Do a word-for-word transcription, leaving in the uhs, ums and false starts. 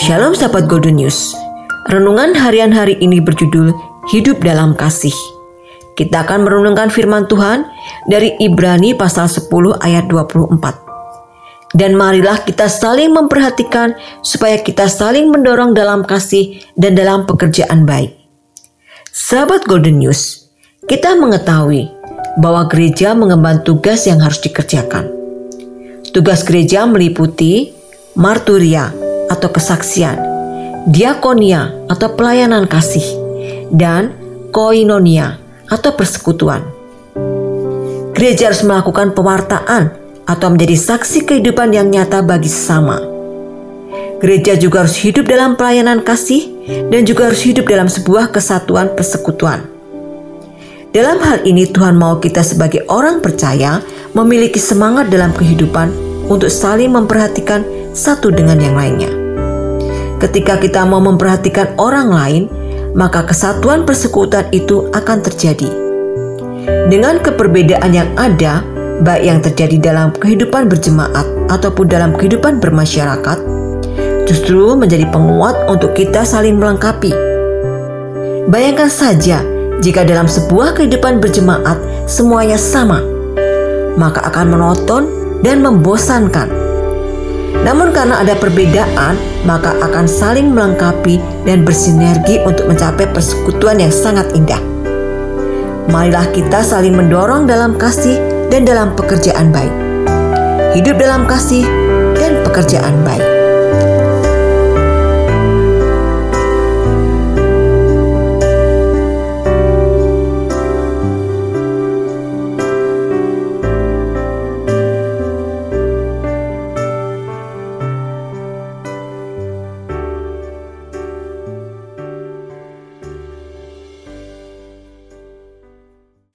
Shalom sahabat Golden News. Renungan harian hari ini berjudul Hidup dalam Kasih. Kita akan merenungkan firman Tuhan dari Ibrani pasal sepuluh ayat dua puluh empat. Dan marilah kita saling memperhatikan supaya kita saling mendorong dalam kasih dan dalam pekerjaan baik. Sahabat Golden News, kita mengetahui bahwa gereja mengemban tugas yang harus dikerjakan. Tugas gereja meliputi marturia atau kesaksian, diakonia atau pelayanan kasih, dan koinonia atau persekutuan. Gereja harus melakukan pewartaan atau menjadi saksi kehidupan yang nyata bagi sesama. Gereja juga harus hidup dalam pelayanan kasih dan juga harus hidup dalam sebuah kesatuan persekutuan. Dalam hal ini Tuhan mau kita sebagai orang percaya memiliki semangat dalam kehidupan untuk saling memperhatikan satu dengan yang lainnya. Ketika kita mau memperhatikan orang lain, maka kesatuan persekutuan itu akan terjadi. Dengan keperbedaan yang ada, baik yang terjadi dalam kehidupan berjemaat ataupun dalam kehidupan bermasyarakat, justru menjadi penguat untuk kita saling melengkapi. Bayangkan saja, jika dalam sebuah kehidupan berjemaat semuanya sama, maka akan monoton dan membosankan. Namun karena ada perbedaan, maka akan saling melengkapi dan bersinergi untuk mencapai persekutuan yang sangat indah. Marilah kita saling mendorong dalam kasih dan dalam pekerjaan baik. Hidup dalam kasih dan pekerjaan baik.